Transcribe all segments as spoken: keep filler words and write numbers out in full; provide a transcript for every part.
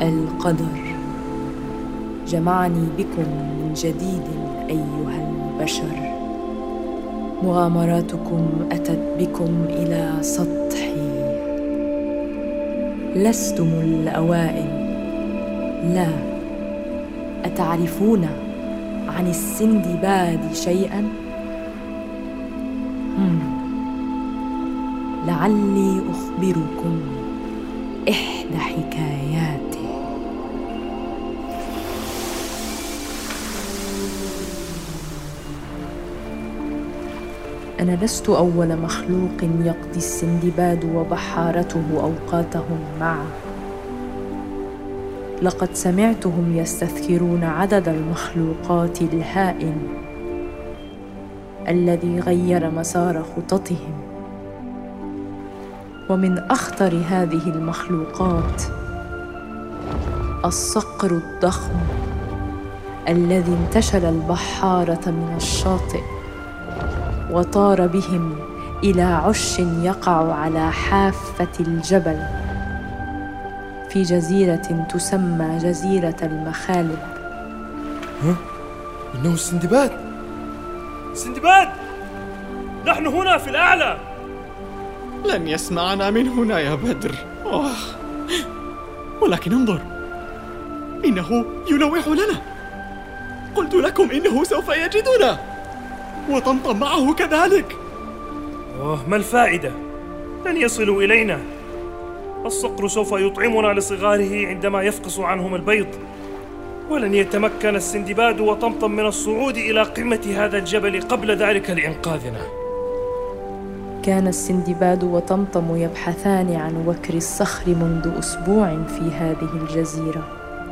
القدر جمعني بكم من جديد أيها البشر. مغامراتكم أتت بكم إلى سطحي. لستم الأوائل، لا. أتعرفون عن السندباد شيئاً؟ مم. لعلي أخبركم إحدى حكاياته. أنا لست أول مخلوق يقضي السندباد وبحارته أوقاتهم معه. لقد سمعتهم يستذكرون عدد المخلوقات الهائل الذي غير مسار خططهم. ومن أخطر هذه المخلوقات الصقر الضخم الذي انتشل البحارة من الشاطئ وطار بهم إلى عش يقع على حافة الجبل في جزيرة تسمى جزيرة المخالب. ها؟ إنه السندباد! سندباد! نحن هنا في الأعلى! لن يسمعنا من هنا يا بدر. أوه. ولكن انظر، إنه يلوح لنا. قلت لكم إنه سوف يجدنا، وطمطم معه كذلك. أوه، ما الفائدة؟ لن يصلوا إلينا. الصقر سوف يطعمنا لصغاره عندما يفقس عنهم البيض، ولن يتمكن السندباد وطمطم من الصعود إلى قمة هذا الجبل قبل ذلك لإنقاذنا. كان السندباد وطمطم يبحثان عن وكر الصخر منذ أسبوع في هذه الجزيرة،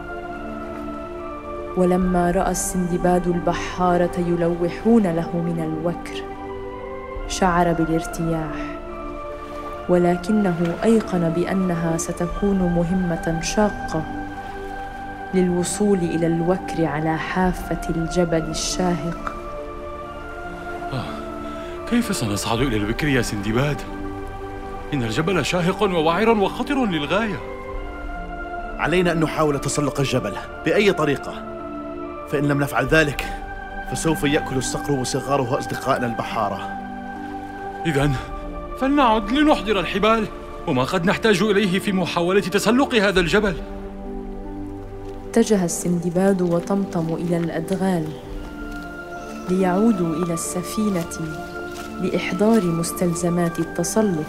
ولما رأى السندباد البحارة يلوحون له من الوكر شعر بالارتياح، ولكنه أيقن بأنها ستكون مهمة شاقة للوصول إلى الوكر على حافة الجبل الشاهق. آه، كيف سنصعد إلى الوكر يا سندباد؟ إن الجبل شاهق ووعر وخطر للغاية. علينا أن نحاول تسلق الجبل بأي طريقة، فإن لم نفعل ذلك فسوف يأكل الصقر وصغاره أصدقائنا البحارة. إذن فلنعد لنحضر الحبال وما قد نحتاج إليه في محاولة تسلق هذا الجبل. اتجه السندباد وطمطم إلى الأدغال ليعودوا إلى السفينة لإحضار مستلزمات التسلق،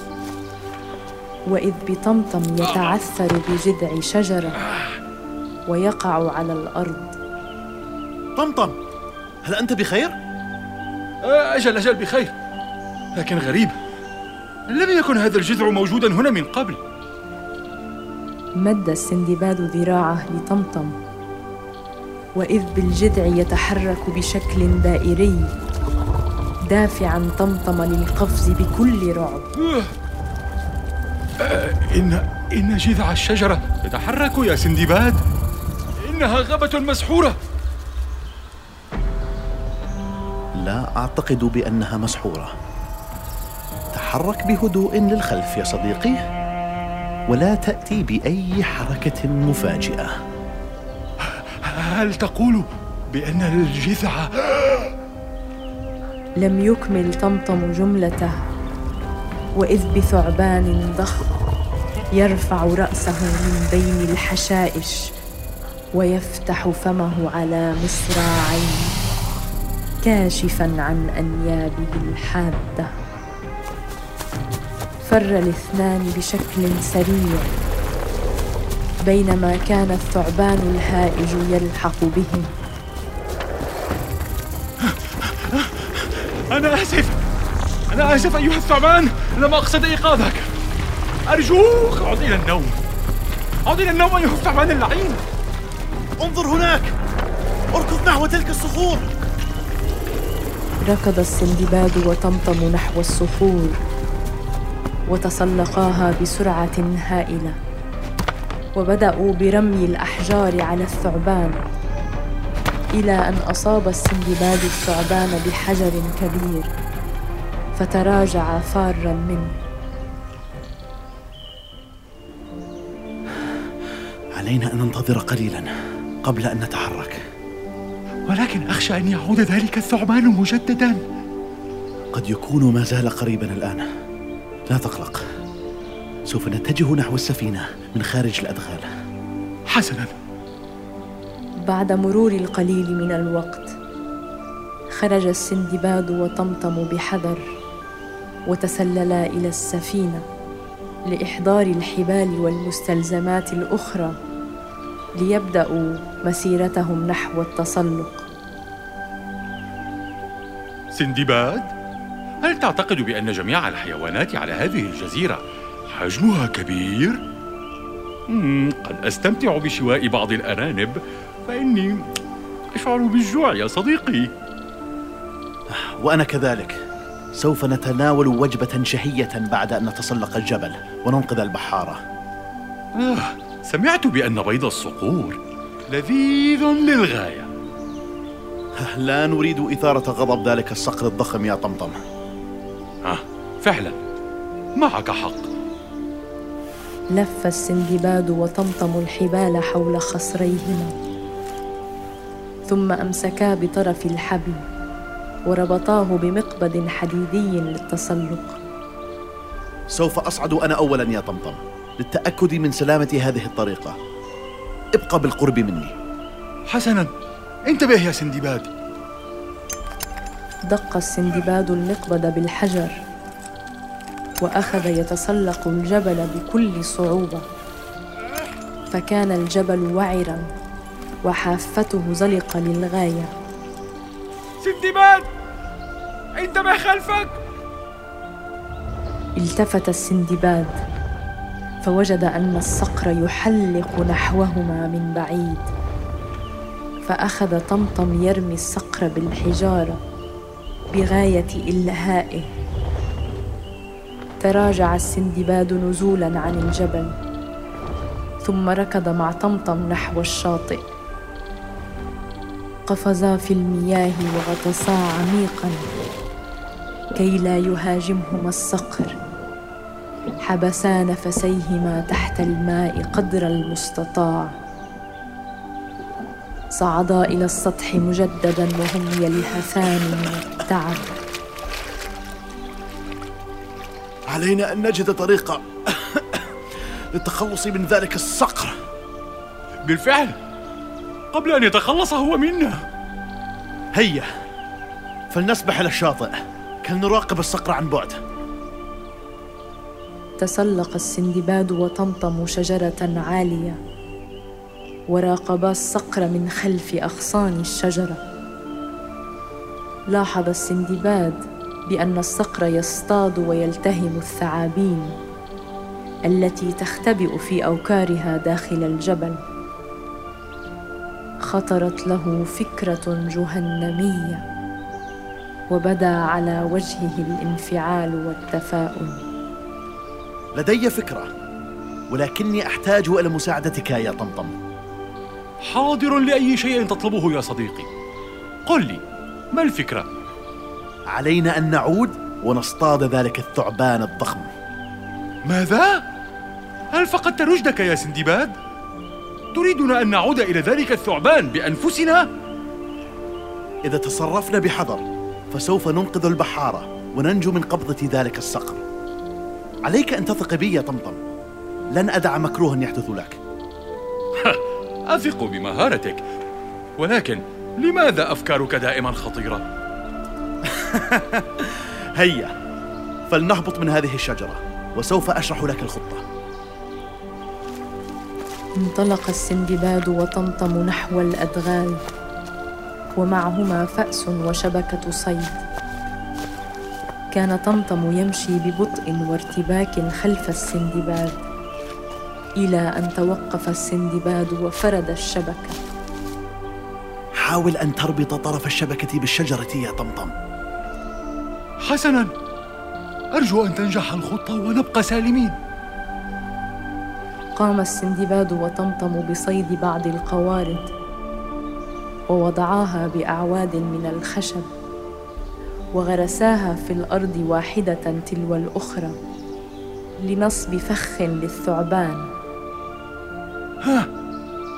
وإذ بطمطم يتعثر بجذع شجرة ويقع على الأرض. طمطم، هل أنت بخير؟ أجل أجل بخير، لكن غريب، لم يكن هذا الجذع موجوداً هنا من قبل. مد السندباد ذراعه لطمطم، وإذ بالجذع يتحرك بشكل دائري دافعاً طمطم للقفز بكل رعب. إن إن جذع الشجرة يتحرك يا سندباد، إنها غابة مسحورة. لا أعتقد بأنها مسحورة. تحرك بهدوء للخلف يا صديقي، ولا تأتي بأي حركة مفاجئة. هل تقول بأن الجذع... لم يكمل طمطم جملته، وإذ بثعبان ضخم يرفع رأسه من بين الحشائش ويفتح فمه على مصراعين كاشفاً عن أنيابه الحادة. فر الاثنان بشكل سريع، بينما كان الثعبان الهائج يلحق بهم. أنا آسف، أنا آسف أيها الثعبان، لم أقصد إيقاظك. أرجوك عد إلى النوم، عد إلى النوم أيها الثعبان اللعين. انظر هناك، اركض نحو تلك الصخور. ركض السندباد وطمطم نحو الصخور، وتسلقاها بسرعة هائلة، وبدأوا برمي الأحجار على الثعبان، إلى أن أصاب السندباد الثعبان بحجر كبير فتراجع فاراً منه. علينا أن ننتظر قليلا قبل أن نتحرك. ولكن أخشى أن يعود ذلك الثعبان مجددا. قد يكون ما زال قريبا الآن. لا تقلق، سوف نتجه نحو السفينة من خارج الأدغال. حسنا. بعد مرور القليل من الوقت خرج السندباد وطمطم بحذر وتسللا إلى السفينة لإحضار الحبال والمستلزمات الأخرى ليبدأوا مسيرتهم نحو التسلق. سندباد، هل تعتقد بأن جميع الحيوانات على هذه الجزيرة حجمها كبير؟ مم، قد أستمتع بشواء بعض الأرانب، فإني أشعر بالجوع يا صديقي. وأنا كذلك. سوف نتناول وجبة شهية بعد أن نتسلق الجبل وننقذ البحارة. آه، سمعت بأن بيض الصقور لذيذ للغاية. لا نريد إثارة غضب ذلك الصقر الضخم يا طمطم. آه، فعلا معك حق. لف السندباد وطمطم الحبال حول خصريهما، ثم أمسكا بطرف الحبل وربطاه بمقبض حديدي للتسلق. سوف أصعد أنا أولا يا طمطم للتأكد من سلامة هذه الطريقة. ابقى بالقرب مني. حسنا، انتبه يا سندباد. دق السندباد المقبض بالحجر وأخذ يتسلق الجبل بكل صعوبة، فكان الجبل وعرا وحافته زلقة للغاية. سندباد، انتبه خلفك. التفت السندباد فوجد أن الصقر يحلق نحوهما من بعيد، فأخذ طمطم يرمي الصقر بالحجارة بغاية إلهائه. تراجع السندباد نزولاً عن الجبل، ثم ركض مع طمطم نحو الشاطئ. قفزا في المياه وغطسا عميقاً كي لا يهاجمهما الصقر. حبسا نفسيهما تحت الماء قدر المستطاع. صعدا إلى السطح مجدداً وهم يلهثان من التعب. علينا أن نجد طريقة للتخلص من ذلك الصقر. بالفعل، قبل أن يتخلص هو منا. هيا فلنسبح إلى الشاطئ كي نراقب الصقر عن بعد. تسلق السندباد وطمطم شجرة عالية وراقبا الصقر من خلف أغصان الشجرة. لاحظ السندباد بأن الصقر يصطاد ويلتهم الثعابين التي تختبئ في أوكارها داخل الجبل. خطرت له فكرة جهنمية وبدا على وجهه الانفعال والتفاؤل. لدي فكرة، ولكني أحتاج إلى مساعدتك يا طمطم. حاضر لأي شيء تطلبه يا صديقي. قل لي، ما الفكرة؟ علينا أن نعود ونصطاد ذلك الثعبان الضخم. ماذا؟ هل فقدت رشدك يا سندباد؟ تريدنا أن نعود إلى ذلك الثعبان بأنفسنا؟ إذا تصرفنا بحذر فسوف ننقذ البحارة وننجو من قبضة ذلك الصقر. عليك أن تثق بي يا طمطم، لن أدع مكروها يحدث لك. أثق بمهارتك، ولكن لماذا أفكارك دائما خطيرة؟ هيا فلنهبط من هذه الشجرة وسوف أشرح لك الخطة. انطلق السندباد وطمطم نحو الأدغال ومعهما فأس وشبكة صيد. كان طمطم يمشي ببطء وارتباك خلف السندباد إلى أن توقف السندباد وفرد الشبكة. حاول أن تربط طرف الشبكة بالشجرة يا طمطم. حسناً، أرجو أن تنجح الخطة ونبقى سالمين. قام السندباد وطمطم بصيد بعض القوارض ووضعاها بأعواد من الخشب وغرساها في الأرض واحدة تلو الأخرى لنصب فخ للثعبان. ها،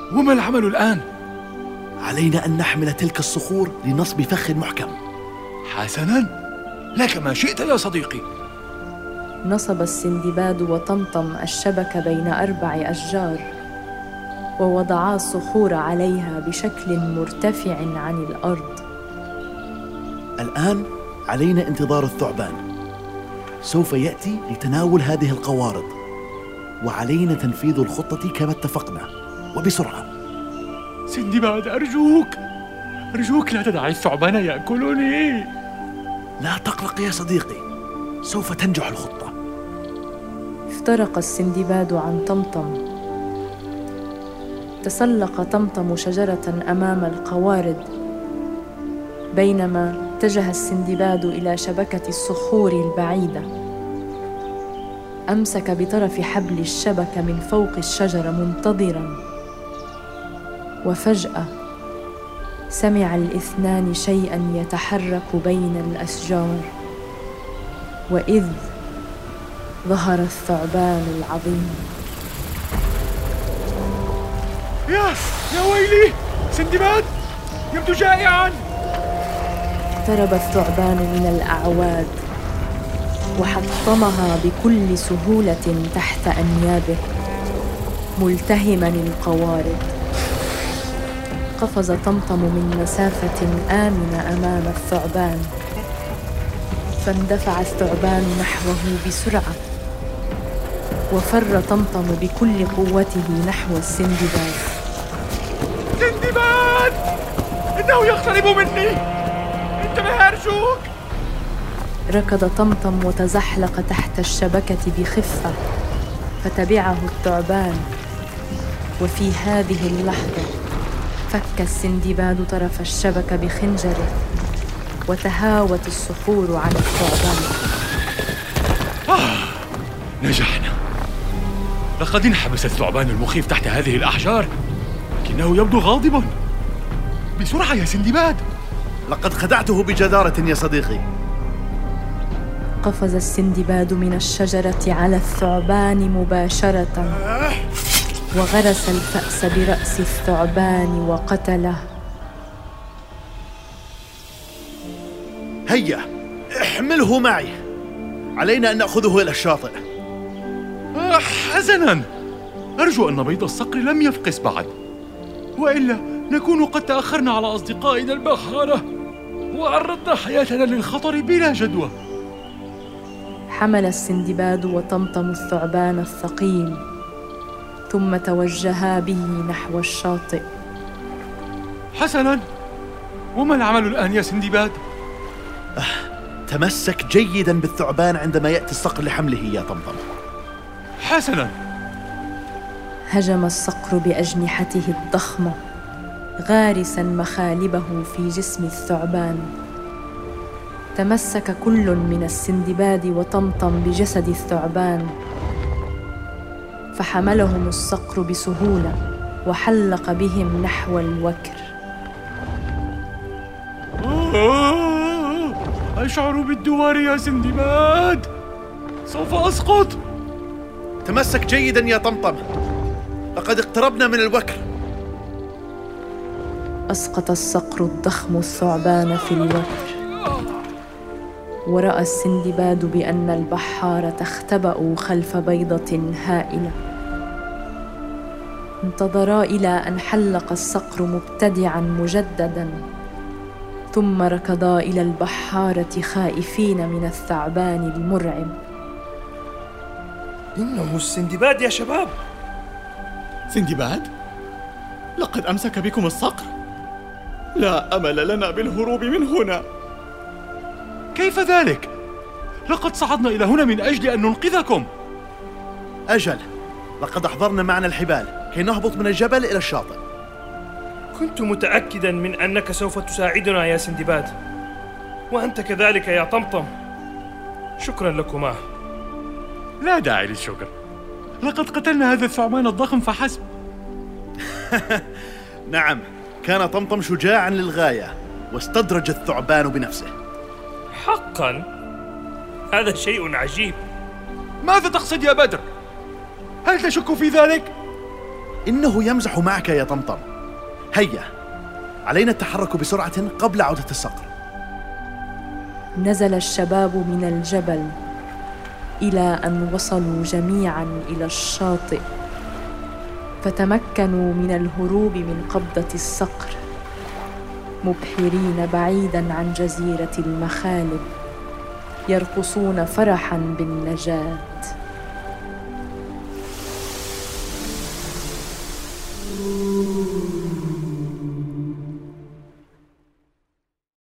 وما العمل الآن؟ علينا أن نحمل تلك الصخور لنصب فخ محكم. حسناً، لك ما شئت يا صديقي. نصب السندباد وطمطم الشبك بين أربع أشجار، ووضعا الصخور عليها بشكل مرتفع عن الأرض. الآن علينا انتظار الثعبان. سوف يأتي لتناول هذه القوارض، وعلينا تنفيذ الخطة كما اتفقنا وبسرعة. سندباد، أرجوك أرجوك لا تدع الثعبان يأكلني. لا تقلق يا صديقي، سوف تنجح الخطة. افترق السندباد عن طمطم. تسلق طمطم شجرة أمام القوارض، بينما اتجه السندباد إلى شبكة الصخور البعيدة. أمسك بطرف حبل الشبكة من فوق الشجرة منتظراً، وفجأة سمع الاثنان شيئاً يتحرك بين الأشجار، وإذ ظهر الثعبان العظيم. يا يا ويلي، سندباد يبدو جائعاً. اقترب الثعبان من الأعواد وحطمها بكل سهولة تحت أنيابه، ملتهماً القوارض. قفز طمطم من مسافة آمنة أمام الثعبان، فاندفع الثعبان نحوه بسرعة، وفر طمطم بكل قوته نحو السندباد. سندباد، إنه يقترب مني، انتبه أرجوك. ركض طمطم وتزحلق تحت الشبكة بخفة، فتبعه الثعبان. وفي هذه اللحظة فك السندباد طرف الشبكة بخنجره، وتهاوت الصخور عن الثعبان. آه، نجحنا. لقد انحبس الثعبان المخيف تحت هذه الأحجار، لكنه يبدو غاضباً. بسرعة يا سندباد. لقد خدعته بجدارة يا صديقي. قفز السندباد من الشجرة على الثعبان مباشرة، وغرس الفأس برأس الثعبان وقتله. هيا احمله معي، علينا أن نأخذه إلى الشاطئ. آه، حسناً، أرجو أن بيض الصقر لم يفقس بعد، وإلا نكون قد تأخرنا على أصدقائنا البحارة وعرضنا حياتنا للخطر بلا جدوى. حمل السندباد وطمطم الثعبان الثقيل، ثم توجها به نحو الشاطئ. حسناً، وما العمل الآن يا سندباد؟ أه، تمسك جيداً بالثعبان عندما يأتي الصقر لحمله يا طمطم. حسناً. هجم الصقر بأجنحته الضخمة، غارساً مخالبه في جسم الثعبان. تمسك كل من السندباد وطمطم بجسد الثعبان، فحملهم الصقر بسهولة وحلق بهم نحو الوكر. آه، أشعر بالدوار يا سندباد، سوف أسقط. تمسك جيداً يا طمطم، لقد اقتربنا من الوكر. أسقط الصقر الضخم الثعبان في الوكر، ورأى السندباد بأن البحارة اختبأوا خلف بيضة هائلة. انتظرا إلى أن حلق الصقر مبتدعاً مجدداً، ثم ركضا إلى البحارة خائفين من الثعبان المرعب. إنه السندباد يا شباب. سندباد؟ لقد أمسك بكم الصقر؟ لا أمل لنا بالهروب من هنا. كيف ذلك؟ لقد صعدنا إلى هنا من أجل أن ننقذكم. أجل، لقد أحضرنا معنا الحبال كي نهبط من الجبل إلى الشاطئ. كنت متأكداً من أنك سوف تساعدنا يا سندباد، وأنت كذلك يا طمطم. شكراً لكما. لا داعي للشكر، لقد قتلنا هذا الثعبان الضخم فحسب. نعم، كان طمطم شجاعاً للغاية، واستدرج الثعبان بنفسه. حقاً؟ هذا شيء عجيب. ماذا تقصد يا بدر؟ هل تشك في ذلك؟ إنه يمزح معك يا طمطم. هيا، علينا التحرك بسرعة قبل عودة الصقر. نزل الشباب من الجبل إلى أن وصلوا جميعاً إلى الشاطئ، فتمكنوا من الهروب من قبضة الصقر، مبحرين بعيداً عن جزيرة المخالب، يرقصون فرحاً بالنجاة.